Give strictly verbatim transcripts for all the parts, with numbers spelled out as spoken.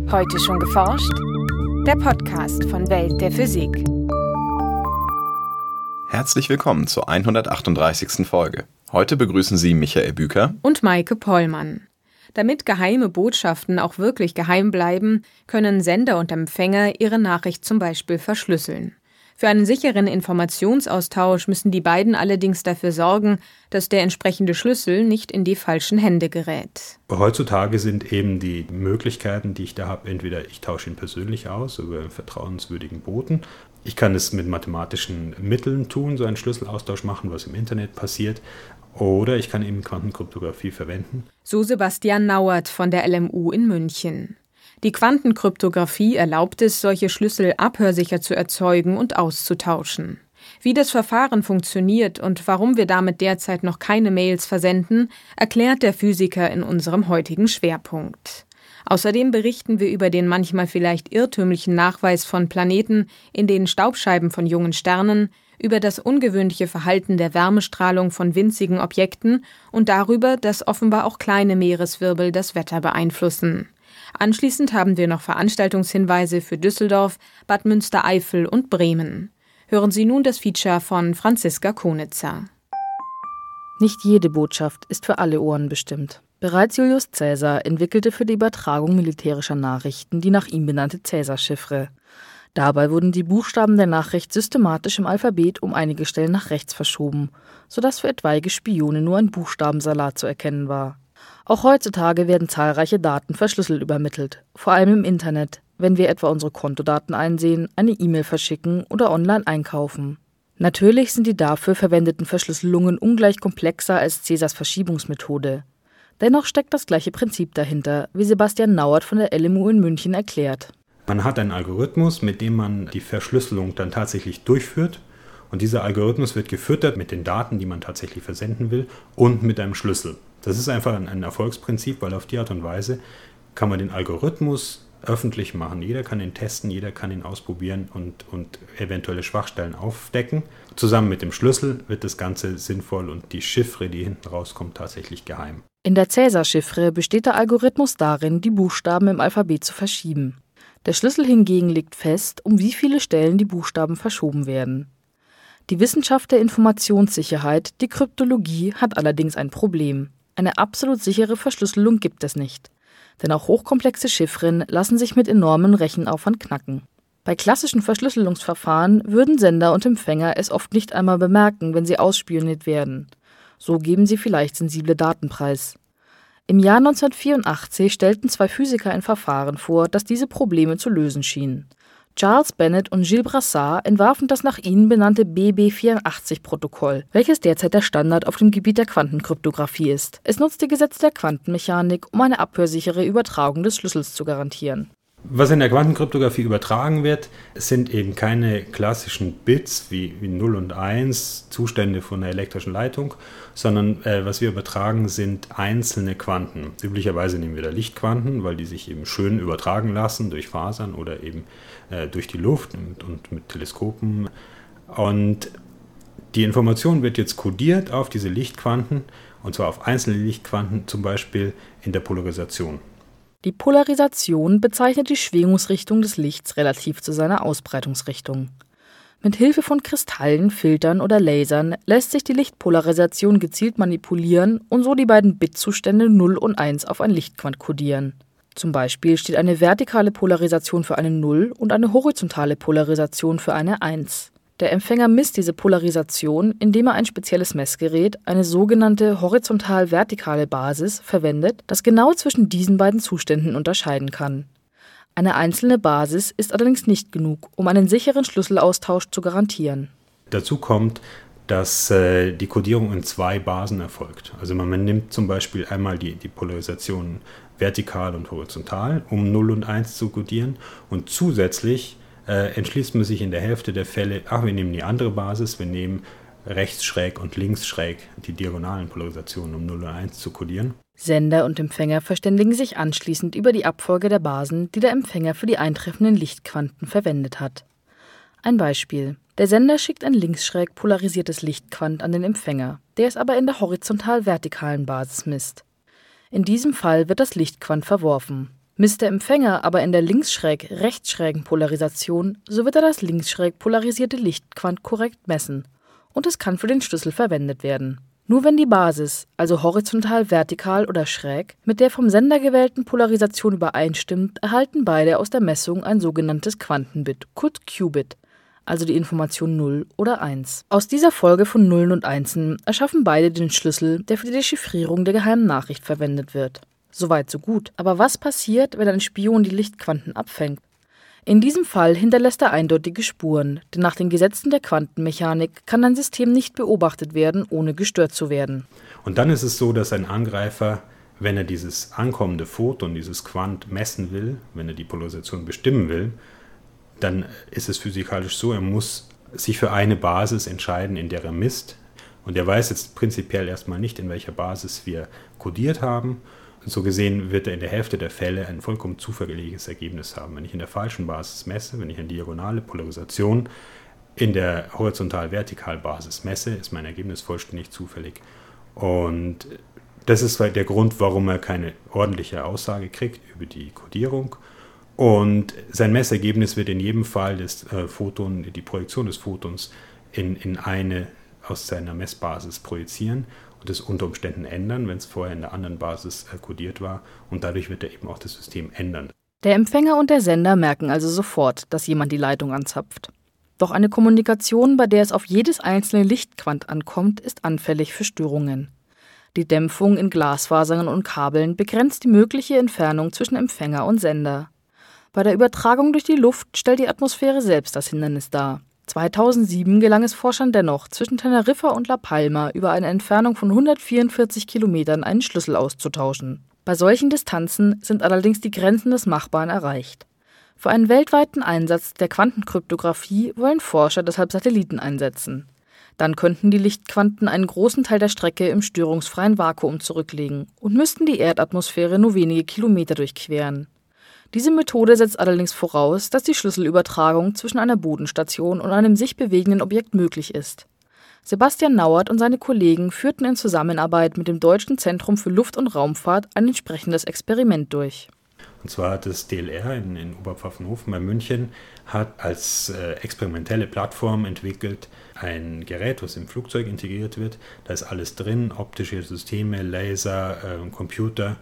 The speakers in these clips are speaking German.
Heute schon geforscht? Der Podcast von Welt der Physik. Herzlich willkommen zur hundertachtunddreißigsten Folge. Heute begrüßen Sie Michael Büker und Maike Pollmann. Damit geheime Botschaften auch wirklich geheim bleiben, können Sender und Empfänger ihre Nachricht zum Beispiel verschlüsseln. Für einen sicheren Informationsaustausch müssen die beiden allerdings dafür sorgen, dass der entsprechende Schlüssel nicht in die falschen Hände gerät. Heutzutage sind eben die Möglichkeiten, die ich da habe, entweder ich tausche ihn persönlich aus über einen vertrauenswürdigen Boten. Ich kann es mit mathematischen Mitteln tun, so einen Schlüsselaustausch machen, was im Internet passiert. Oder ich kann eben Quantenkryptographie verwenden. So Sebastian Nauert von der L M U in München. Die Quantenkryptographie erlaubt es, solche Schlüssel abhörsicher zu erzeugen und auszutauschen. Wie das Verfahren funktioniert und warum wir damit derzeit noch keine Mails versenden, erklärt der Physiker in unserem heutigen Schwerpunkt. Außerdem berichten wir über den manchmal vielleicht irrtümlichen Nachweis von Planeten in den Staubscheiben von jungen Sternen, über das ungewöhnliche Verhalten der Wärmestrahlung von winzigen Objekten und darüber, dass offenbar auch kleine Meereswirbel das Wetter beeinflussen. Anschließend haben wir noch Veranstaltungshinweise für Düsseldorf, Bad Münstereifel und Bremen. Hören Sie nun das Feature von Franziska Konitzer. Nicht jede Botschaft ist für alle Ohren bestimmt. Bereits Julius Caesar entwickelte für die Übertragung militärischer Nachrichten die nach ihm benannte Caesar-Chiffre. Dabei wurden die Buchstaben der Nachricht systematisch im Alphabet um einige Stellen nach rechts verschoben, sodass für etwaige Spione nur ein Buchstabensalat zu erkennen war. Auch heutzutage werden zahlreiche Daten verschlüsselt übermittelt, vor allem im Internet, wenn wir etwa unsere Kontodaten einsehen, eine E-Mail verschicken oder online einkaufen. Natürlich sind die dafür verwendeten Verschlüsselungen ungleich komplexer als Caesars Verschiebungsmethode. Dennoch steckt das gleiche Prinzip dahinter, wie Sebastian Nauert von der L M U in München erklärt. Man hat einen Algorithmus, mit dem man die Verschlüsselung dann tatsächlich durchführt. Und dieser Algorithmus wird gefüttert mit den Daten, die man tatsächlich versenden will, und mit einem Schlüssel. Das ist einfach ein Erfolgsprinzip, weil auf die Art und Weise kann man den Algorithmus öffentlich machen. Jeder kann ihn testen, jeder kann ihn ausprobieren und, und eventuelle Schwachstellen aufdecken. Zusammen mit dem Schlüssel wird das Ganze sinnvoll und die Chiffre, die hinten rauskommt, tatsächlich geheim. In der Caesar-Chiffre besteht der Algorithmus darin, die Buchstaben im Alphabet zu verschieben. Der Schlüssel hingegen legt fest, um wie viele Stellen die Buchstaben verschoben werden. Die Wissenschaft der Informationssicherheit, die Kryptologie, hat allerdings ein Problem. Eine absolut sichere Verschlüsselung gibt es nicht. Denn auch hochkomplexe Chiffren lassen sich mit enormem Rechenaufwand knacken. Bei klassischen Verschlüsselungsverfahren würden Sender und Empfänger es oft nicht einmal bemerken, wenn sie ausspioniert werden. So geben sie vielleicht sensible Daten preis. Im Jahr neunzehnhundertvierundachtzig stellten zwei Physiker ein Verfahren vor, das diese Probleme zu lösen schien. Charles Bennett und Gilles Brassard entwarfen das nach ihnen benannte B B vierundachtzig-Protokoll, welches derzeit der Standard auf dem Gebiet der Quantenkryptographie ist. Es nutzt die Gesetze der Quantenmechanik, um eine abhörsichere Übertragung des Schlüssels zu garantieren. Was in der Quantenkryptographie übertragen wird, sind eben keine klassischen Bits wie, wie null und eins, Zustände von einer elektrischen Leitung, sondern äh, was wir übertragen, sind einzelne Quanten. Üblicherweise nehmen wir da Lichtquanten, weil die sich eben schön übertragen lassen durch Fasern oder eben äh, durch die Luft und, und mit Teleskopen. Und die Information wird jetzt kodiert auf diese Lichtquanten, und zwar auf einzelne Lichtquanten, zum Beispiel in der Polarisation. Die Polarisation bezeichnet die Schwingungsrichtung des Lichts relativ zu seiner Ausbreitungsrichtung. Mit Hilfe von Kristallen, Filtern oder Lasern lässt sich die Lichtpolarisation gezielt manipulieren und so die beiden Bitzustände null und eins auf ein Lichtquant kodieren. Zum Beispiel steht eine vertikale Polarisation für eine null und eine horizontale Polarisation für eine eins. Der Empfänger misst diese Polarisation, indem er ein spezielles Messgerät, eine sogenannte horizontal-vertikale Basis, verwendet, das genau zwischen diesen beiden Zuständen unterscheiden kann. Eine einzelne Basis ist allerdings nicht genug, um einen sicheren Schlüsselaustausch zu garantieren. Dazu kommt, dass äh, die Kodierung in zwei Basen erfolgt. Also man, man nimmt zum Beispiel einmal die, die Polarisation vertikal und horizontal, um null und eins zu kodieren, und zusätzlich Äh, entschließt man sich in der Hälfte der Fälle, ach, wir nehmen die andere Basis, wir nehmen rechts schräg und links schräg die diagonalen Polarisationen, um null und eins zu kodieren. Sender und Empfänger verständigen sich anschließend über die Abfolge der Basen, die der Empfänger für die eintreffenden Lichtquanten verwendet hat. Ein Beispiel. Der Sender schickt ein linksschräg polarisiertes Lichtquant an den Empfänger, der es aber in der horizontal-vertikalen Basis misst. In diesem Fall wird das Lichtquant verworfen. Misst der Empfänger aber in der linksschräg-rechtsschrägen Polarisation, so wird er das linksschräg polarisierte Lichtquant korrekt messen und es kann für den Schlüssel verwendet werden. Nur wenn die Basis, also horizontal, vertikal oder schräg, mit der vom Sender gewählten Polarisation übereinstimmt, erhalten beide aus der Messung ein sogenanntes Quantenbit, kurz Qubit, also die Information null oder eins. Aus dieser Folge von Nullen und Einsen erschaffen beide den Schlüssel, der für die Dechiffrierung der geheimen Nachricht verwendet wird. Soweit so gut. Aber was passiert, wenn ein Spion die Lichtquanten abfängt? In diesem Fall hinterlässt er eindeutige Spuren, denn nach den Gesetzen der Quantenmechanik kann ein System nicht beobachtet werden, ohne gestört zu werden. Und dann ist es so, dass ein Angreifer, wenn er dieses ankommende Photon, dieses Quant messen will, wenn er die Polarisation bestimmen will, dann ist es physikalisch so, er muss sich für eine Basis entscheiden, in der er misst. Und er weiß jetzt prinzipiell erstmal nicht, in welcher Basis wir kodiert haben. So gesehen wird er in der Hälfte der Fälle ein vollkommen zufälliges Ergebnis haben. Wenn ich in der falschen Basis messe, wenn ich eine diagonale Polarisation in der horizontal-vertikal-Basis messe, ist mein Ergebnis vollständig zufällig. Und das ist der Grund, warum er keine ordentliche Aussage kriegt über die Kodierung. Und sein Messergebnis wird in jedem Fall das äh, Photon, die Projektion des Photons in, in eine aus seiner Messbasis projizieren. Das unter Umständen ändern, wenn es vorher in der anderen Basis äh, kodiert war. Und dadurch wird er eben auch das System ändern. Der Empfänger und der Sender merken also sofort, dass jemand die Leitung anzapft. Doch eine Kommunikation, bei der es auf jedes einzelne Lichtquant ankommt, ist anfällig für Störungen. Die Dämpfung in Glasfasern und Kabeln begrenzt die mögliche Entfernung zwischen Empfänger und Sender. Bei der Übertragung durch die Luft stellt die Atmosphäre selbst das Hindernis dar. zweitausendsieben gelang es Forschern dennoch, zwischen Teneriffa und La Palma über eine Entfernung von hundertvierundvierzig Kilometern einen Schlüssel auszutauschen. Bei solchen Distanzen sind allerdings die Grenzen des Machbaren erreicht. Für einen weltweiten Einsatz der Quantenkryptographie wollen Forscher deshalb Satelliten einsetzen. Dann könnten die Lichtquanten einen großen Teil der Strecke im störungsfreien Vakuum zurücklegen und müssten die Erdatmosphäre nur wenige Kilometer durchqueren. Diese Methode setzt allerdings voraus, dass die Schlüsselübertragung zwischen einer Bodenstation und einem sich bewegenden Objekt möglich ist. Sebastian Nauert und seine Kollegen führten in Zusammenarbeit mit dem Deutschen Zentrum für Luft- und Raumfahrt ein entsprechendes Experiment durch. Und zwar hat das D L R in, in Oberpfaffenhofen bei München hat als äh, experimentelle Plattform entwickelt ein Gerät, was im Flugzeug integriert wird. Da ist alles drin, optische Systeme, Laser, äh, Computer.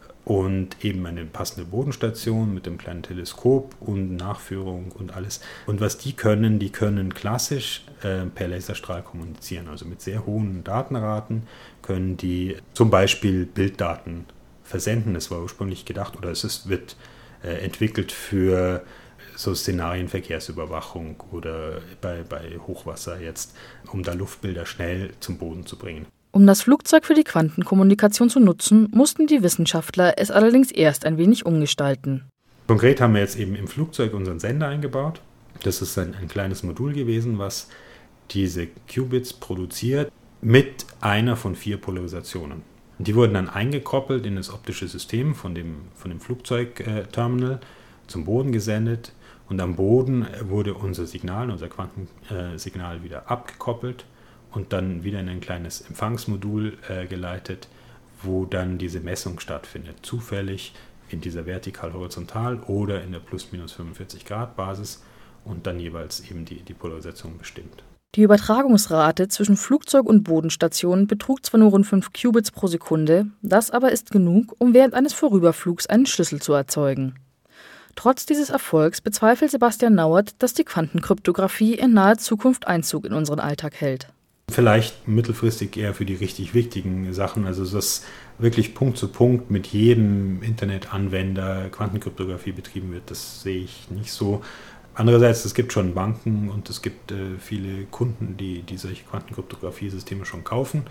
Und eben eine passende Bodenstation mit einem kleinen Teleskop und Nachführung und alles. Und was die können, die können klassisch äh, per Laserstrahl kommunizieren. Also mit sehr hohen Datenraten können die zum Beispiel Bilddaten versenden. Das war ursprünglich gedacht oder es ist, wird äh, entwickelt für so Szenarien Verkehrsüberwachung oder bei, bei Hochwasser jetzt, um da Luftbilder schnell zum Boden zu bringen. Um das Flugzeug für die Quantenkommunikation zu nutzen, mussten die Wissenschaftler es allerdings erst ein wenig umgestalten. Konkret haben wir jetzt eben im Flugzeug unseren Sender eingebaut. Das ist ein, ein kleines Modul gewesen, was diese Qubits produziert mit einer von vier Polarisationen. Die wurden dann eingekoppelt in das optische System von dem, von dem Flugzeugterminal zum Boden gesendet und am Boden wurde unser Signal, unser Quantensignal wieder abgekoppelt und dann wieder in ein kleines Empfangsmodul äh, geleitet, wo dann diese Messung stattfindet. Zufällig in dieser vertikal-horizontal oder in der plus-minus fünfundvierzig Grad Basis und dann jeweils eben die, die Polarisation bestimmt. Die Übertragungsrate zwischen Flugzeug und Bodenstation betrug zwar nur rund fünf Qubits pro Sekunde, das aber ist genug, um während eines Vorüberflugs einen Schlüssel zu erzeugen. Trotz dieses Erfolgs bezweifelt Sebastian Nauert, dass die Quantenkryptographie in naher Zukunft Einzug in unseren Alltag hält. Vielleicht mittelfristig eher für die richtig wichtigen Sachen, also dass wirklich Punkt zu Punkt mit jedem Internetanwender Quantenkryptographie betrieben wird, das sehe ich nicht so. Andererseits, es gibt schon Banken und es gibt äh, viele Kunden, die, die solche Quantenkryptographie-Systeme schon kaufen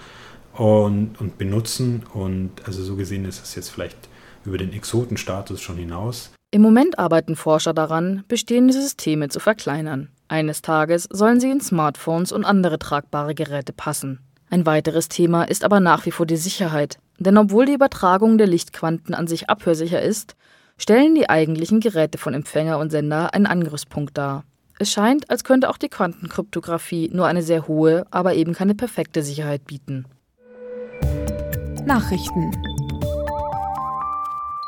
und, und benutzen und also so gesehen ist es jetzt vielleicht über den Exotenstatus schon hinaus. Im Moment arbeiten Forscher daran, bestehende Systeme zu verkleinern. Eines Tages sollen sie in Smartphones und andere tragbare Geräte passen. Ein weiteres Thema ist aber nach wie vor die Sicherheit. Denn obwohl die Übertragung der Lichtquanten an sich abhörsicher ist, stellen die eigentlichen Geräte von Empfänger und Sender einen Angriffspunkt dar. Es scheint, als könnte auch die Quantenkryptographie nur eine sehr hohe, aber eben keine perfekte Sicherheit bieten. Nachrichten.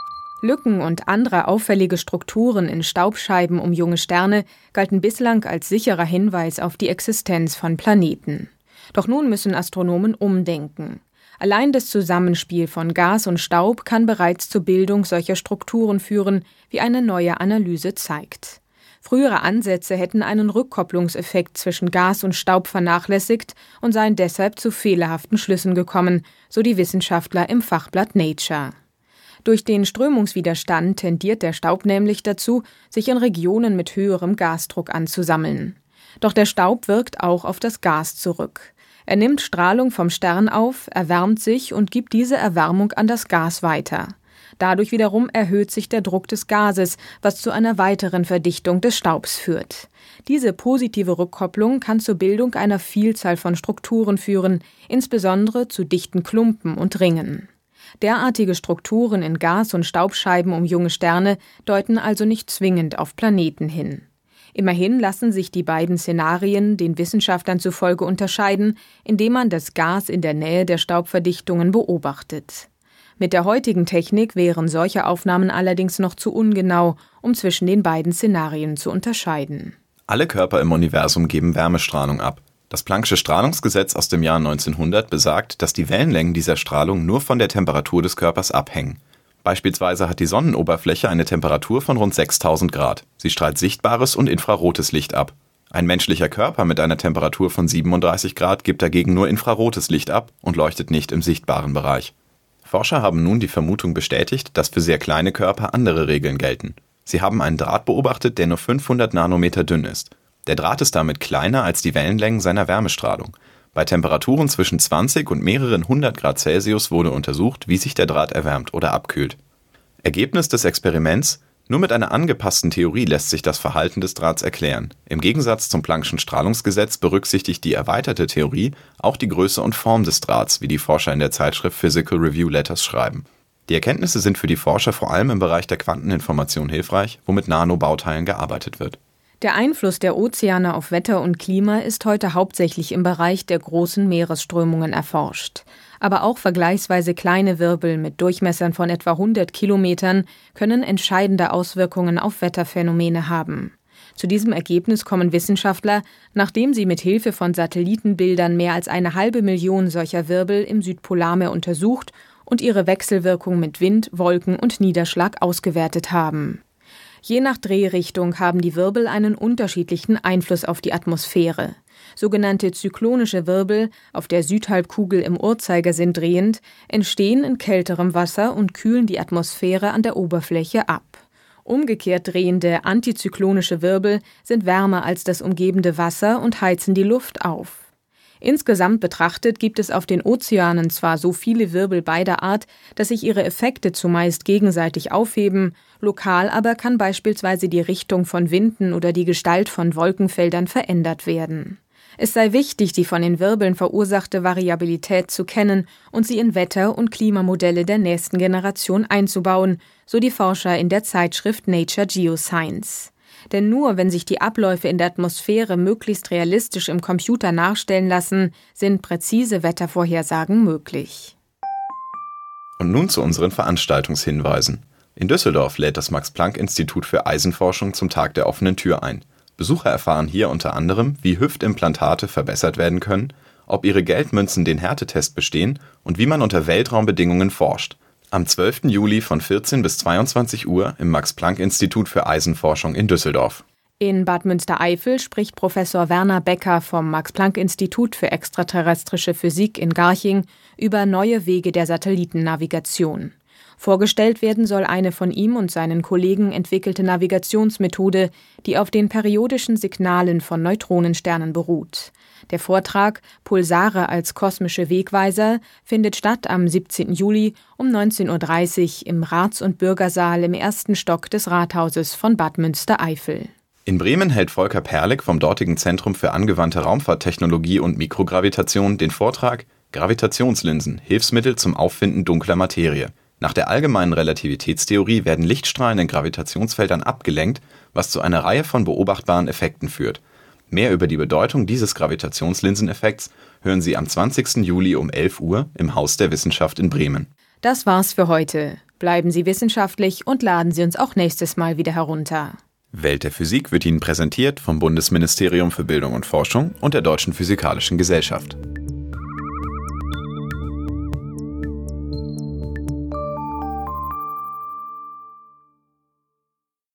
Lücken und andere auffällige Strukturen in Staubscheiben um junge Sterne galten bislang als sicherer Hinweis auf die Existenz von Planeten. Doch nun müssen Astronomen umdenken. Allein das Zusammenspiel von Gas und Staub kann bereits zur Bildung solcher Strukturen führen, wie eine neue Analyse zeigt. Frühere Ansätze hätten einen Rückkopplungseffekt zwischen Gas und Staub vernachlässigt und seien deshalb zu fehlerhaften Schlüssen gekommen, so die Wissenschaftler im Fachblatt Nature. Durch den Strömungswiderstand tendiert der Staub nämlich dazu, sich in Regionen mit höherem Gasdruck anzusammeln. Doch der Staub wirkt auch auf das Gas zurück. Er nimmt Strahlung vom Stern auf, erwärmt sich und gibt diese Erwärmung an das Gas weiter. Dadurch wiederum erhöht sich der Druck des Gases, was zu einer weiteren Verdichtung des Staubs führt. Diese positive Rückkopplung kann zur Bildung einer Vielzahl von Strukturen führen, insbesondere zu dichten Klumpen und Ringen. Derartige Strukturen in Gas- und Staubscheiben um junge Sterne deuten also nicht zwingend auf Planeten hin. Immerhin lassen sich die beiden Szenarien den Wissenschaftlern zufolge unterscheiden, indem man das Gas in der Nähe der Staubverdichtungen beobachtet. Mit der heutigen Technik wären solche Aufnahmen allerdings noch zu ungenau, um zwischen den beiden Szenarien zu unterscheiden. Alle Körper im Universum geben Wärmestrahlung ab. Das Planck'sche Strahlungsgesetz aus dem Jahr neunzehnhundert besagt, dass die Wellenlängen dieser Strahlung nur von der Temperatur des Körpers abhängen. Beispielsweise hat die Sonnenoberfläche eine Temperatur von rund sechstausend Grad. Sie strahlt sichtbares und infrarotes Licht ab. Ein menschlicher Körper mit einer Temperatur von siebenunddreißig Grad gibt dagegen nur infrarotes Licht ab und leuchtet nicht im sichtbaren Bereich. Forscher haben nun die Vermutung bestätigt, dass für sehr kleine Körper andere Regeln gelten. Sie haben einen Draht beobachtet, der nur fünfhundert Nanometer dünn ist. Der Draht ist damit kleiner als die Wellenlängen seiner Wärmestrahlung. Bei Temperaturen zwischen zwanzig und mehreren hundert Grad Celsius wurde untersucht, wie sich der Draht erwärmt oder abkühlt. Ergebnis des Experiments: Nur mit einer angepassten Theorie lässt sich das Verhalten des Drahts erklären. Im Gegensatz zum Planck'schen Strahlungsgesetz berücksichtigt die erweiterte Theorie auch die Größe und Form des Drahts, wie die Forscher in der Zeitschrift Physical Review Letters schreiben. Die Erkenntnisse sind für die Forscher vor allem im Bereich der Quanteninformation hilfreich, wo mit Nanobauteilen gearbeitet wird. Der Einfluss der Ozeane auf Wetter und Klima ist heute hauptsächlich im Bereich der großen Meeresströmungen erforscht. Aber auch vergleichsweise kleine Wirbel mit Durchmessern von etwa hundert Kilometern können entscheidende Auswirkungen auf Wetterphänomene haben. Zu diesem Ergebnis kommen Wissenschaftler, nachdem sie mit Hilfe von Satellitenbildern mehr als eine halbe Million solcher Wirbel im Südpolarmeer untersucht und ihre Wechselwirkung mit Wind, Wolken und Niederschlag ausgewertet haben. Je nach Drehrichtung haben die Wirbel einen unterschiedlichen Einfluss auf die Atmosphäre. Sogenannte zyklonische Wirbel, auf der Südhalbkugel im Uhrzeigersinn drehend, entstehen in kälterem Wasser und kühlen die Atmosphäre an der Oberfläche ab. Umgekehrt drehende antizyklonische Wirbel sind wärmer als das umgebende Wasser und heizen die Luft auf. Insgesamt betrachtet gibt es auf den Ozeanen zwar so viele Wirbel beider Art, dass sich ihre Effekte zumeist gegenseitig aufheben, lokal aber kann beispielsweise die Richtung von Winden oder die Gestalt von Wolkenfeldern verändert werden. Es sei wichtig, die von den Wirbeln verursachte Variabilität zu kennen und sie in Wetter- und Klimamodelle der nächsten Generation einzubauen, so die Forscher in der Zeitschrift Nature Geoscience. Denn nur wenn sich die Abläufe in der Atmosphäre möglichst realistisch im Computer nachstellen lassen, sind präzise Wettervorhersagen möglich. Und nun zu unseren Veranstaltungshinweisen. In Düsseldorf lädt das Max-Planck-Institut für Eisenforschung zum Tag der offenen Tür ein. Besucher erfahren hier unter anderem, wie Hüftimplantate verbessert werden können, ob ihre Geldmünzen den Härtetest bestehen und wie man unter Weltraumbedingungen forscht. Am zwölften Juli von vierzehn bis zweiundzwanzig Uhr im Max-Planck-Institut für Eisenforschung in Düsseldorf. In Bad Münstereifel spricht Professor Werner Becker vom Max-Planck-Institut für extraterrestrische Physik in Garching über neue Wege der Satellitennavigation. Vorgestellt werden soll eine von ihm und seinen Kollegen entwickelte Navigationsmethode, die auf den periodischen Signalen von Neutronensternen beruht. Der Vortrag »Pulsare als kosmische Wegweiser« findet statt am siebzehnten Juli um neunzehn Uhr dreißig im Rats- und Bürgersaal im ersten Stock des Rathauses von Bad Münstereifel. In Bremen hält Volker Perlik vom dortigen Zentrum für angewandte Raumfahrttechnologie und Mikrogravitation den Vortrag »Gravitationslinsen – Hilfsmittel zum Auffinden dunkler Materie«. Nach der allgemeinen Relativitätstheorie werden Lichtstrahlen in Gravitationsfeldern abgelenkt, was zu einer Reihe von beobachtbaren Effekten führt. Mehr über die Bedeutung dieses Gravitationslinseneffekts hören Sie am zwanzigsten Juli um elf Uhr im Haus der Wissenschaft in Bremen. Das war's für heute. Bleiben Sie wissenschaftlich und laden Sie uns auch nächstes Mal wieder herunter. Welt der Physik wird Ihnen präsentiert vom Bundesministerium für Bildung und Forschung und der Deutschen Physikalischen Gesellschaft.